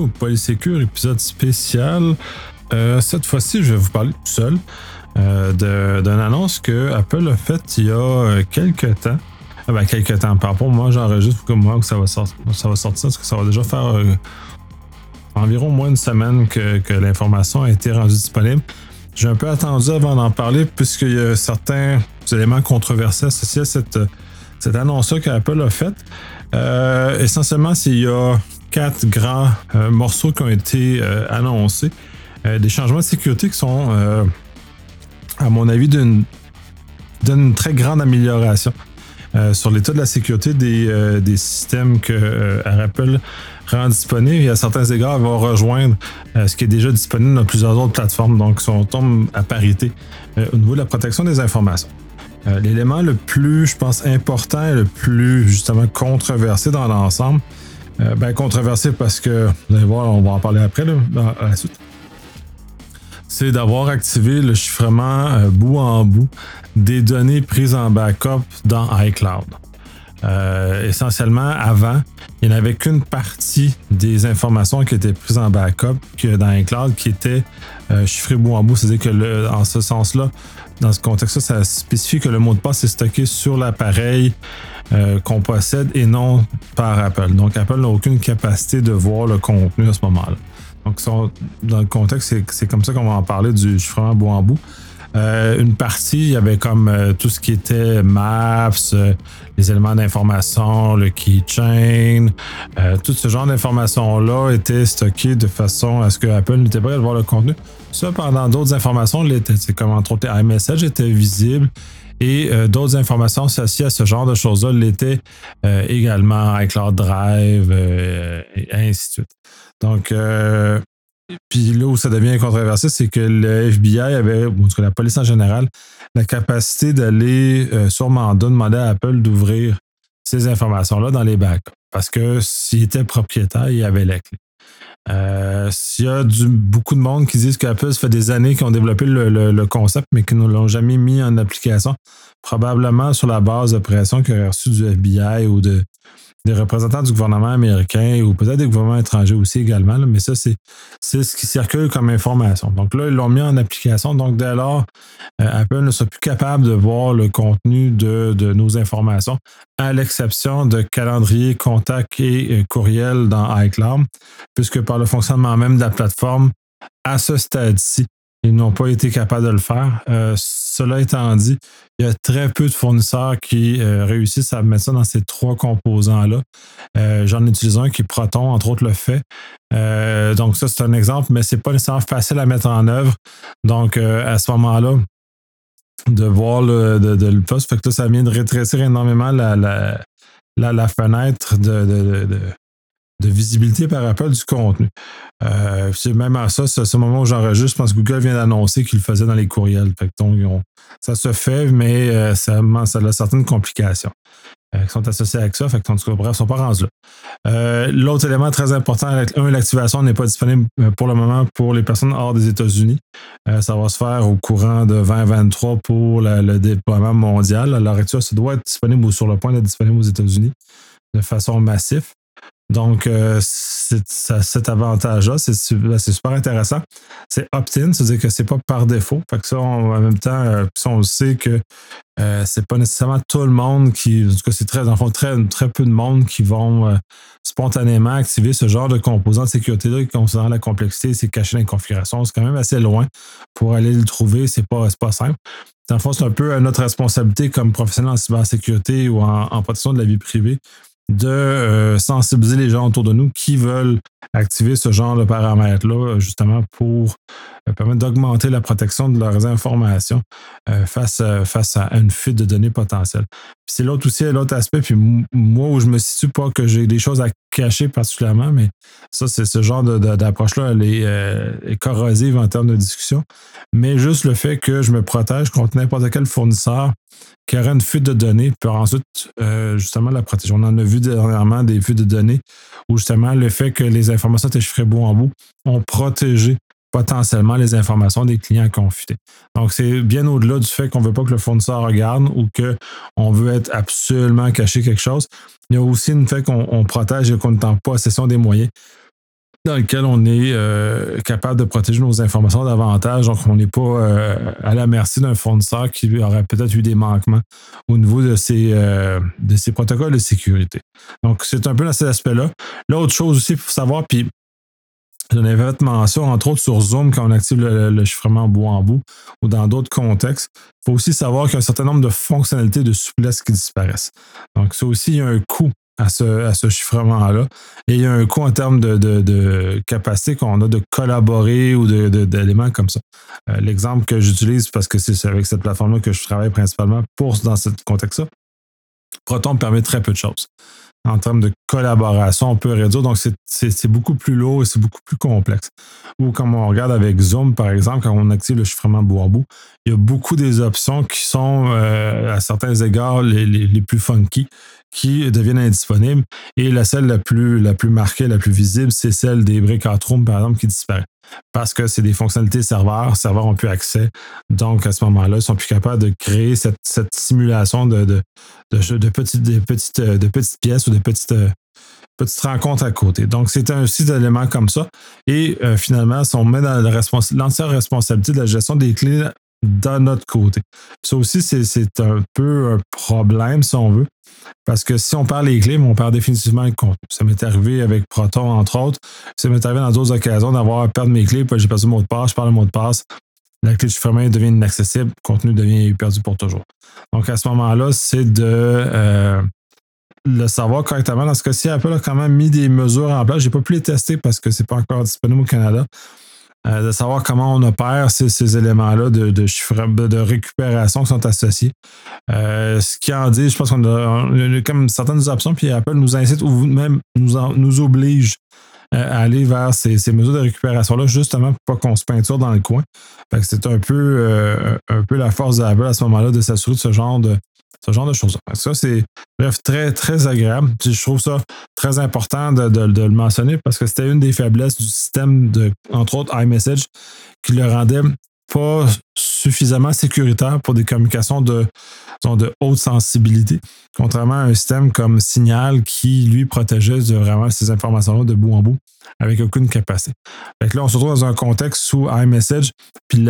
Polysécure, épisode spécial. Cette fois-ci, je vais vous parler tout seul d'une annonce que Apple a faite il y a quelques temps. Quelques temps. Par rapport, moi, j'enregistre pour moi que ça va sortir, parce que ça va déjà faire environ moins d'une semaine que l'information a été rendue disponible. J'ai un peu attendu avant d'en parler, puisqu'il y a certains éléments controversés associés à cette annonce-là qu'Apple a faite. Essentiellement, il y a 4 grands morceaux qui ont été annoncés. Des changements de sécurité qui sont, à mon avis, d'une très grande amélioration sur l'état de la sécurité des systèmes que Apple rend disponibles. Et à certains égards, elle va rejoindre ce qui est déjà disponible dans plusieurs autres plateformes. Donc, on tombe à parité au niveau de la protection des informations. L'élément le plus, je pense, important et le plus, justement, controversé dans l'ensemble, controversé parce que, vous allez voir, on va en parler après, là, à la suite, c'est d'avoir activé le chiffrement bout en bout des données prises en backup dans iCloud. Essentiellement, avant, il n'y avait qu'une partie des informations qui étaient prises en backup dans iCloud qui était chiffrée bout en bout. C'est-à-dire que en ce sens-là, dans ce contexte-là, ça spécifie que le mot de passe est stocké sur l'appareil qu'on possède et non par Apple. Donc, Apple n'a aucune capacité de voir le contenu à ce moment-là. Donc, dans le contexte, c'est comme ça qu'on va en parler du chiffrement bout en bout. Une partie, il y avait comme tout ce qui était Maps, les éléments d'information, le keychain, tout ce genre d'informations-là était stocké de façon à ce que Apple n'était pas capable de voir le contenu. Cependant, d'autres informations l'étaient. C'est comme entre autres iMessage était visible et d'autres informations associées à ce genre de choses-là l'étaient également, iCloud Drive et ainsi de suite. Donc, puis là où ça devient controversé, c'est que le FBI avait, ou en tout cas la police en général, la capacité d'aller sur mandat demander à Apple d'ouvrir ces informations-là dans les backups. Parce que s'il était propriétaire, il avait la clé. S'il y a beaucoup de monde qui disent qu'Apple, ça fait des années qu'ils ont développé le concept, mais qu'ils ne l'ont jamais mis en application, probablement sur la base de pression qu'ils auraient reçue du FBI ou des représentants du gouvernement américain ou peut-être des gouvernements étrangers aussi également, là, mais ça, c'est ce qui circule comme information. Donc là, ils l'ont mis en application. Donc, dès lors, Apple ne sera plus capable de voir le contenu de nos informations, à l'exception de calendrier, contacts et courriel dans iCloud, puisque par le fonctionnement même de la plateforme, à ce stade-ci, ils n'ont pas été capables de le faire. Cela étant dit, il y a très peu de fournisseurs qui réussissent à mettre ça dans ces 3 composants-là. J'en utilise un qui est Proton, entre autres, le fait. Donc ça, c'est un exemple, mais c'est pas nécessairement facile à mettre en œuvre. Donc, à ce moment-là, de voir le poste, fait que là, ça vient de rétrécir énormément la fenêtre de visibilité par Apple du contenu. C'est même à ça, c'est ce moment où j'enregistre, je pense que Google vient d'annoncer qu'il le faisait dans les courriels. Fait que donc, ça se fait, mais ça a certaines complications qui sont associées avec ça. Fait que, en tout cas, bref, ils ne sont pas rendus là. L'autre élément très important, l'activation n'est pas disponible pour le moment pour les personnes hors des États-Unis. Ça va se faire au courant de 2023 pour le déploiement mondial. Alors, l'activation, ça doit être disponible ou sur le point d'être disponible aux États-Unis de façon massive. Donc, cet avantage-là, c'est super intéressant. C'est opt-in, c'est-à-dire que c'est pas par défaut. Fait que ça, en même temps, on le sait que c'est pas nécessairement tout le monde qui, en tout cas, c'est très peu de monde qui vont spontanément activer ce genre de composants de sécurité-là, considérant la complexité et c'est caché dans les configurations. C'est quand même assez loin pour aller le trouver. C'est pas simple. Dans le fond, c'est un peu notre responsabilité comme professionnel en cybersécurité ou en protection de la vie privée de sensibiliser les gens autour de nous qui veulent activer ce genre de paramètres-là, justement pour permettre d'augmenter la protection de leurs informations face à une fuite de données potentielles. Puis c'est l'autre aspect, puis moi où je me situe, pas que j'ai des choses à cacher particulièrement, mais ça, c'est ce genre d'approche-là, elle est corrosive en termes de discussion, mais juste le fait que je me protège contre n'importe quel fournisseur qui aurait une fuite de données pour ensuite justement la protéger. On en a vu dernièrement des fuites de données où justement le fait que les informations étaient chiffrées bout en bout ont protégé potentiellement les informations des clients confutés. Donc, c'est bien au-delà du fait qu'on ne veut pas que le fournisseur regarde ou qu'on veut être absolument caché quelque chose. Il y a aussi le fait qu'on protège et qu'on n'est pas en possession des moyens dans lequel on est capable de protéger nos informations davantage. Donc, on n'est pas à la merci d'un fournisseur qui aurait peut-être eu des manquements au niveau de ses protocoles de sécurité. Donc, c'est un peu dans cet aspect-là. L'autre chose aussi, il faut savoir, puis j'en avais fait mention, entre autres sur Zoom, quand on active le chiffrement bout en bout ou dans d'autres contextes, il faut aussi savoir qu'il y a un certain nombre de fonctionnalités de souplesse qui disparaissent. Donc, ça aussi, il y a un coût à ce chiffrement-là. Et il y a un coût en termes de capacité qu'on a de collaborer ou d'éléments comme ça. L'exemple que j'utilise, parce que c'est avec cette plateforme-là que je travaille principalement dans ce contexte-là, Proton permet très peu de choses. En termes de collaboration, on peut réduire. Donc, c'est beaucoup plus lourd et c'est beaucoup plus complexe. Ou comme on regarde avec Zoom, par exemple, quand on active le chiffrement bout en bout, il y a beaucoup des options qui sont, à certains égards, les plus funky, qui deviennent indisponibles. Et celle la plus marquée, la plus visible, c'est celle des breakout rooms, par exemple, qui disparaît. Parce que c'est des fonctionnalités serveurs n'ont plus accès. Donc, à ce moment-là, ils ne sont plus capables de créer cette simulation de petites pièces ou de petites rencontres à côté. Donc, c'est un site d'éléments comme ça. Et finalement, si on met dans l'entière responsabilité de la gestion des clés dans notre côté. Ça aussi, c'est un peu un problème, si on veut. Parce que si on perd les clés, on perd définitivement le contenu. Ça m'est arrivé avec Proton, entre autres. Ça m'est arrivé dans d'autres occasions d'avoir perdu mes clés, puis j'ai perdu le mot de passe, je perds le mot de passe. La clé de chiffrement devient inaccessible, le contenu devient perdu pour toujours. Donc, à ce moment-là, c'est de le savoir correctement. Dans ce cas-ci, Apple a quand même mis des mesures en place. Je n'ai pas pu les tester parce que ce n'est pas encore disponible au Canada. De savoir comment on opère ces éléments-là de récupération qui sont associés. Ce qui en dit, je pense qu'on a comme certaines options, puis Apple nous incite ou même nous oblige à aller vers ces mesures de récupération-là, justement pour pas qu'on se peinture dans le coin. Fait que c'est un peu la force d'Apple à ce moment-là de s'assurer de ce genre de choses. Ça, c'est bref, très, très agréable. Puis je trouve ça très important de le mentionner parce que c'était une des faiblesses du système entre autres, iMessage, qui le rendait pas suffisamment sécuritaire pour des communications de haute sensibilité, contrairement à un système comme Signal qui, lui, protégeait vraiment ces informations-là de bout en bout avec aucune capacité. Fait que là, on se retrouve dans un contexte sous iMessage, puis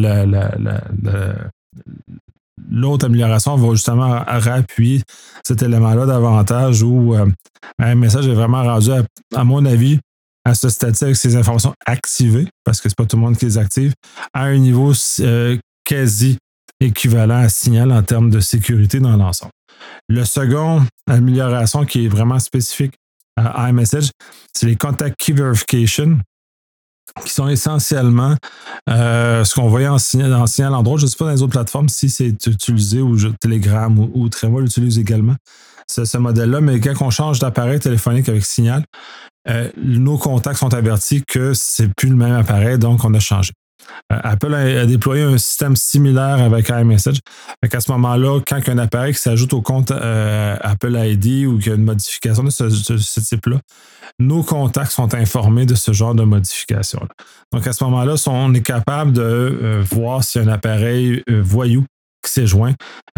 l'autre amélioration va justement réappuyer cet élément-là davantage où iMessage est vraiment rendu, à mon avis, à ce stade-ci avec ces informations activées, parce que c'est pas tout le monde qui les active, à un niveau quasi équivalent à Signal en termes de sécurité dans l'ensemble. Le second amélioration qui est vraiment spécifique à iMessage, c'est les Contact Key Verification, qui sont essentiellement ce qu'on voyait en Signal Android. Je ne sais pas dans les autres plateformes si c'est utilisé ou Telegram ou Trello l'utilise également, ce modèle-là, mais quand on change d'appareil téléphonique avec Signal, nos contacts sont avertis que c'est plus le même appareil, donc on a changé. Apple a déployé un système similaire avec iMessage. À ce moment-là, quand il y a un appareil qui s'ajoute au compte Apple ID ou qu'il y a une modification de ce type-là, nos contacts sont informés de ce genre de modification-là. Donc, à ce moment-là, on est capable de voir s'il y a un appareil voyou qui s'est joint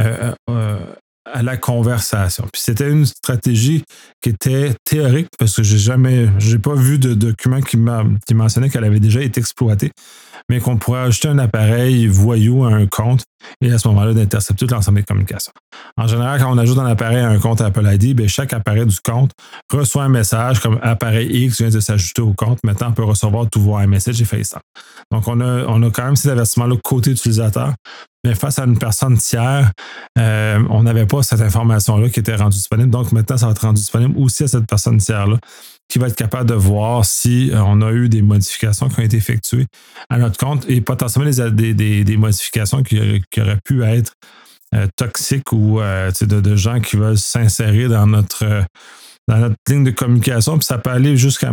à la conversation. Puis c'était une stratégie qui était théorique parce que j'ai pas vu de document qui mentionnait qu'elle avait déjà été exploitée, mais qu'on pourrait ajouter un appareil voyou à un compte et à ce moment-là d'intercepter tout l'ensemble des communications. En général, quand on ajoute un appareil à un compte Apple ID, bien, chaque appareil du compte reçoit un message comme appareil X vient de s'ajouter au compte. Maintenant, on peut recevoir tout vos iMessage et FaceTime. Donc, on a quand même cet avertissement-là côté utilisateur. Mais face à une personne tiers, on n'avait pas cette information-là qui était rendue disponible. Donc, maintenant, ça va être rendu disponible aussi à cette personne tiers-là qui va être capable de voir si on a eu des modifications qui ont été effectuées à notre compte et potentiellement des modifications qui auraient pu être toxiques ou de gens qui veulent s'insérer dans notre ligne de communication. Puis ça peut aller jusqu'à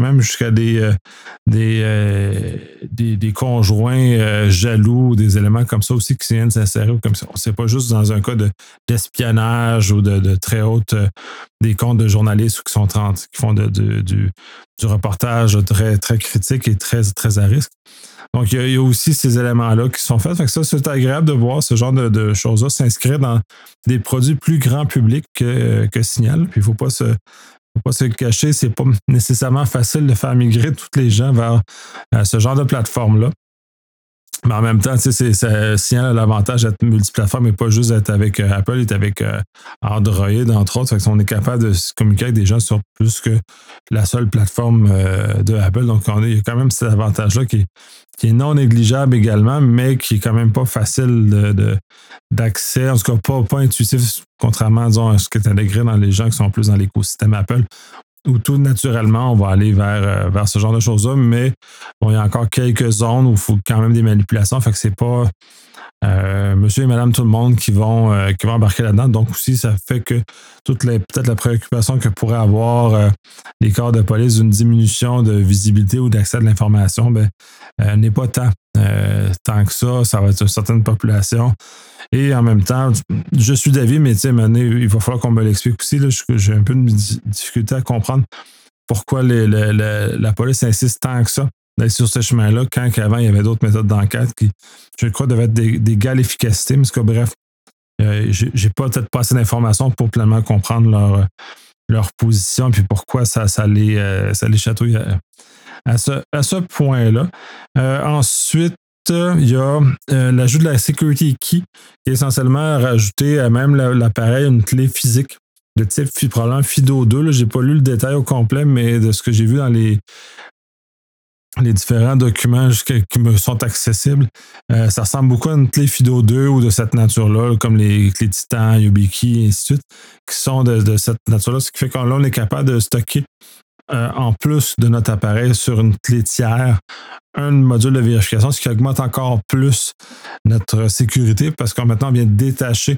des conjoints jaloux, des éléments comme ça aussi qui viennent s'insérer. Comme ça. C'est pas juste dans un cas d'espionnage ou de très haute, des comptes de journalistes qui font du reportage très, très critique et très, très à risque. Donc, il y a aussi ces éléments-là qui sont faits. Fait que ça, c'est agréable de voir ce genre de choses-là s'inscrire dans des produits plus grand public que Signal. Puis, il ne faut pas se faut pas se le cacher, c'est pas nécessairement facile de faire migrer tous les gens vers ce genre de plateforme-là. Mais en même temps, tu sais, Signal a l'avantage d'être multiplateforme et pas juste d'être avec Apple, il est avec Android, entre autres. Fait qu'on est capable de se communiquer avec des gens sur plus que la seule plateforme de Apple. Donc, il y a quand même cet avantage-là qui est non négligeable également, mais qui est quand même pas facile d'accès, en tout cas pas intuitif, contrairement, disons, à ce qui est intégré dans les gens qui sont plus dans l'écosystème Apple où tout naturellement, on va aller vers ce genre de choses-là, mais bon, il y a encore quelques zones où il faut quand même des manipulations, fait que c'est pas monsieur et madame tout le monde qui vont embarquer là-dedans. Donc aussi, ça fait que peut-être la préoccupation que pourraient avoir les corps de police d'une diminution de visibilité ou d'accès à de l'information, n'est pas tant que ça va être une certaine population. Et en même temps, je suis d'avis, mais tu sais, il va falloir qu'on me l'explique aussi. Là, j'ai un peu de difficulté à comprendre pourquoi la police insiste tant que ça d'aller sur ce chemin-là, quand qu'avant, il y avait d'autres méthodes d'enquête qui, je crois, devaient être d'égale efficacité. Mais bref, j'ai peut-être pas assez d'informations pour pleinement comprendre leur position et pourquoi ça les chatouille à ce point-là. Ensuite, il y a l'ajout de la Security Key, qui est essentiellement rajouter à même l'appareil une clé physique de type probablement FIDO2. Je n'ai pas lu le détail au complet, mais de ce que j'ai vu dans les différents documents qui me sont accessibles, ça ressemble beaucoup à une clé FIDO2 ou de cette nature-là, comme les clés Titan, YubiKey, et ainsi de suite, qui sont de cette nature-là, ce qui fait qu'on est capable de stocker en plus de notre appareil sur une clé tiers, un module de vérification, ce qui augmente encore plus notre sécurité parce qu'on maintenant vient détacher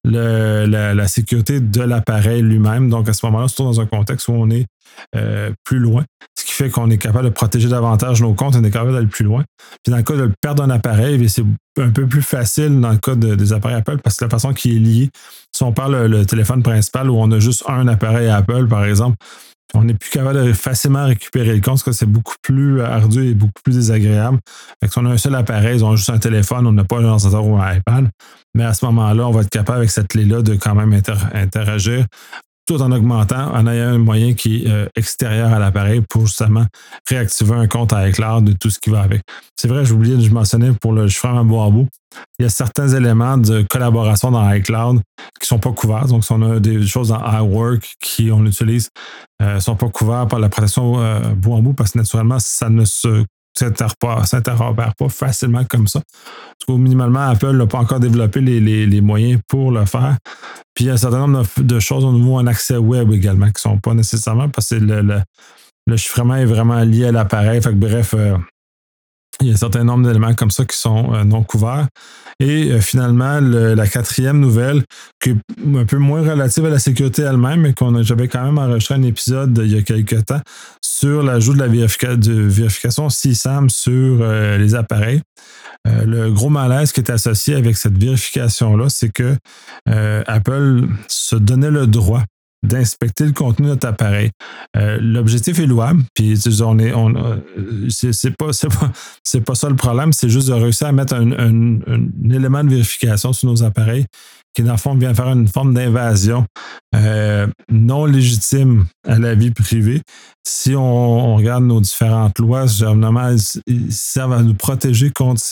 la sécurité de l'appareil lui-même. Donc à ce moment-là, c'est dans un contexte où on est plus loin, ce qui fait qu'on est capable de protéger davantage nos comptes, on est capable d'aller plus loin. Puis dans le cas de perdre un appareil, c'est un peu plus facile dans le cas des appareils Apple parce que la façon qui est liée, si on parle le téléphone principal où on a juste un appareil Apple, par exemple, on n'est plus capable de facilement récupérer le compte, parce que c'est beaucoup plus ardu et beaucoup plus désagréable. Fait que si on a un seul appareil, ils ont juste un téléphone, on n'a pas un ordinateur ou un iPad. Mais à ce moment-là, on va être capable avec cette clé-là de quand même interagir tout en augmentant, en ayant un moyen qui est extérieur à l'appareil pour justement réactiver un compte à iCloud et tout ce qui va avec. C'est vrai, j'ai oublié de mentionner pour le chiffrement bout à bout, il y a certains éléments de collaboration dans iCloud qui ne sont pas couverts. Donc, si on a des choses dans iWork qu'on utilise, ne sont pas couverts par la protection bout en bout parce que naturellement, ça ne s'interopère pas facilement comme ça. Parce que minimalement, Apple n'a pas encore développé les moyens pour le faire. Puis il y a un certain nombre de choses au niveau en accès web également qui ne sont pas nécessairement parce que le chiffrement est vraiment lié à l'appareil. Fait que bref, il y a un certain nombre d'éléments comme ça qui sont non couverts. Et finalement, la quatrième nouvelle, qui est un peu moins relative à la sécurité elle-même, mais j'avais quand même enregistré un épisode il y a quelques temps sur l'ajout de la vérification CSAM sur les appareils. Le gros malaise qui est associé avec cette vérification-là, c'est que Apple se donnait le droit d'inspecter le contenu de notre appareil. L'objectif est louable, puis c'est pas ça le problème, c'est juste de réussir à mettre un élément de vérification sur nos appareils qui, dans le fond, vient faire une forme d'invasion non légitime à la vie privée. Si on regarde nos différentes lois, généralement, ils servent à nous protéger contre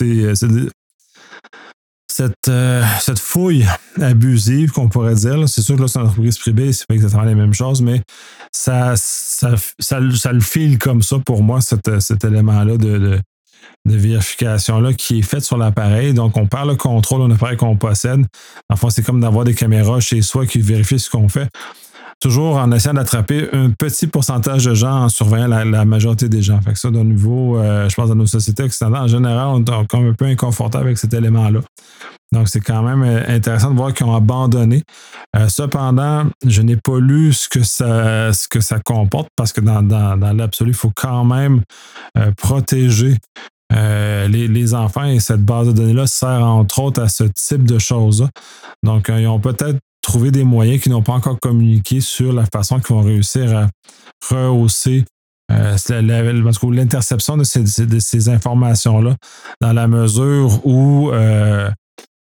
cette fouille abusive qu'on pourrait dire. C'est sûr que là, c'est une entreprise privée, c'est pas exactement la même chose, mais ça le file comme ça pour moi, cet élément-là de vérification-là qui est fait sur l'appareil. Donc, on perd le contrôle d'un appareil qu'on possède. Enfin, c'est comme d'avoir des caméras chez soi qui vérifient ce qu'on fait. Toujours en essayant d'attraper un petit pourcentage de gens en surveillant la majorité des gens. Fait que ça, d'un niveau, je pense, dans nos sociétés occidentales, en général, on est encore un peu inconfortable avec cet élément-là. Donc, c'est quand même intéressant de voir qu'ils ont abandonné. Cependant, je n'ai pas lu ce que ça comporte parce que dans l'absolu, il faut quand même protéger les enfants et cette base de données-là sert entre autres à ce type de choses-là. Donc, ils ont peut-être trouvé des moyens qui n'ont pas encore communiqué sur la façon qu'ils vont réussir à rehausser l'interception de ces informations-là dans la mesure où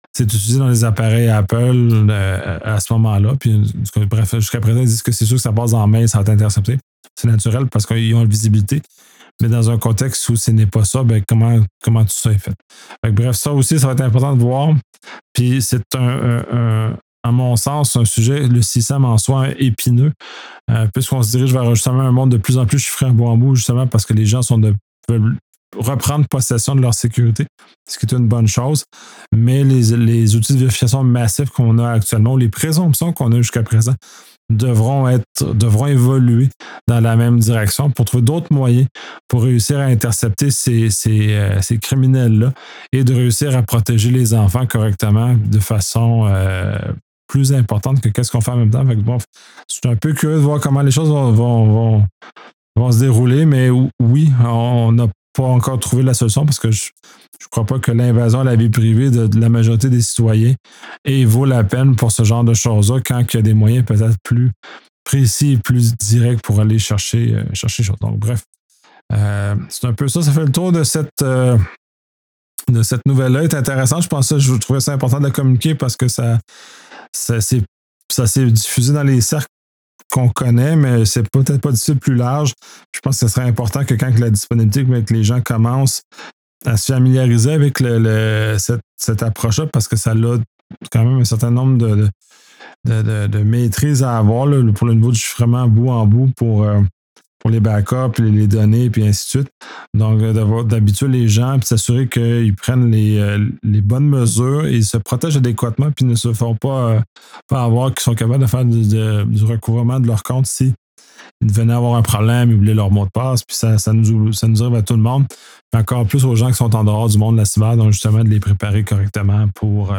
c'est utilisé dans les appareils Apple à ce moment-là. Puis, bref, jusqu'à présent, ils disent que c'est sûr que ça passe en main, ça va être intercepté. C'est naturel parce qu'ils ont la visibilité. Mais dans un contexte où ce n'est pas ça, ben comment tout ça est fait. Bref, ça aussi, ça va être important de voir. Puis c'est à mon sens, un sujet, le système en soi, épineux, puisqu'on se dirige vers justement un monde de plus en plus chiffré en bout en bout, justement parce que les gens veulent reprendre possession de leur sécurité, ce qui est une bonne chose. Mais les outils de vérification massifs qu'on a actuellement, ou les présomptions qu'on a jusqu'à présent, devront évoluer dans la même direction pour trouver d'autres moyens pour réussir à intercepter ces criminels-là et de réussir à protéger les enfants correctement de façon plus importante que qu'est-ce qu'on fait en même temps. Fait que, bon, je suis un peu curieux de voir comment les choses vont se dérouler, mais oui, on n'a pas encore trouvé la solution parce que je ne crois pas que l'invasion à la vie privée de la majorité des citoyens vaut la peine pour ce genre de choses-là quand il y a des moyens peut-être plus précis et plus directs pour aller chercher les choses. Donc, bref, c'est un peu ça. Ça fait le tour de cette nouvelle-là. C'est intéressant. Je trouvais ça important de la communiquer parce que ça s'est diffusé dans les cercles qu'on connaît, mais c'est peut-être pas difficile plus large. Je pense que ce serait important que quand la disponibilité, que les gens commencent à se familiariser avec cette approche-là, parce que ça a quand même un certain nombre de maîtrises à avoir là, pour le niveau du chiffrement bout en bout pour les backups, les données, puis ainsi de suite. Donc, d'habituer les gens, puis s'assurer qu'ils prennent les bonnes mesures et se protègent adéquatement, puis ne se font pas avoir, qu'ils sont capables de faire du recouvrement de leur compte si ils venaient avoir un problème, ils oubliaient leur mot de passe, puis ça nous arrive à tout le monde. Puis encore plus aux gens qui sont en dehors du monde de la cyber, donc justement de les préparer correctement pour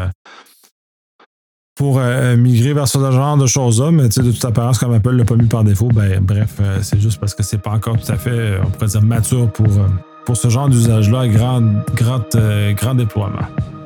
migrer vers ce genre de choses-là, mais de toute apparence, comme Apple l'a pas mis par défaut, bref, c'est juste parce que c'est pas encore tout à fait, on pourrait dire, mature pour ce genre d'usage-là, grand déploiement.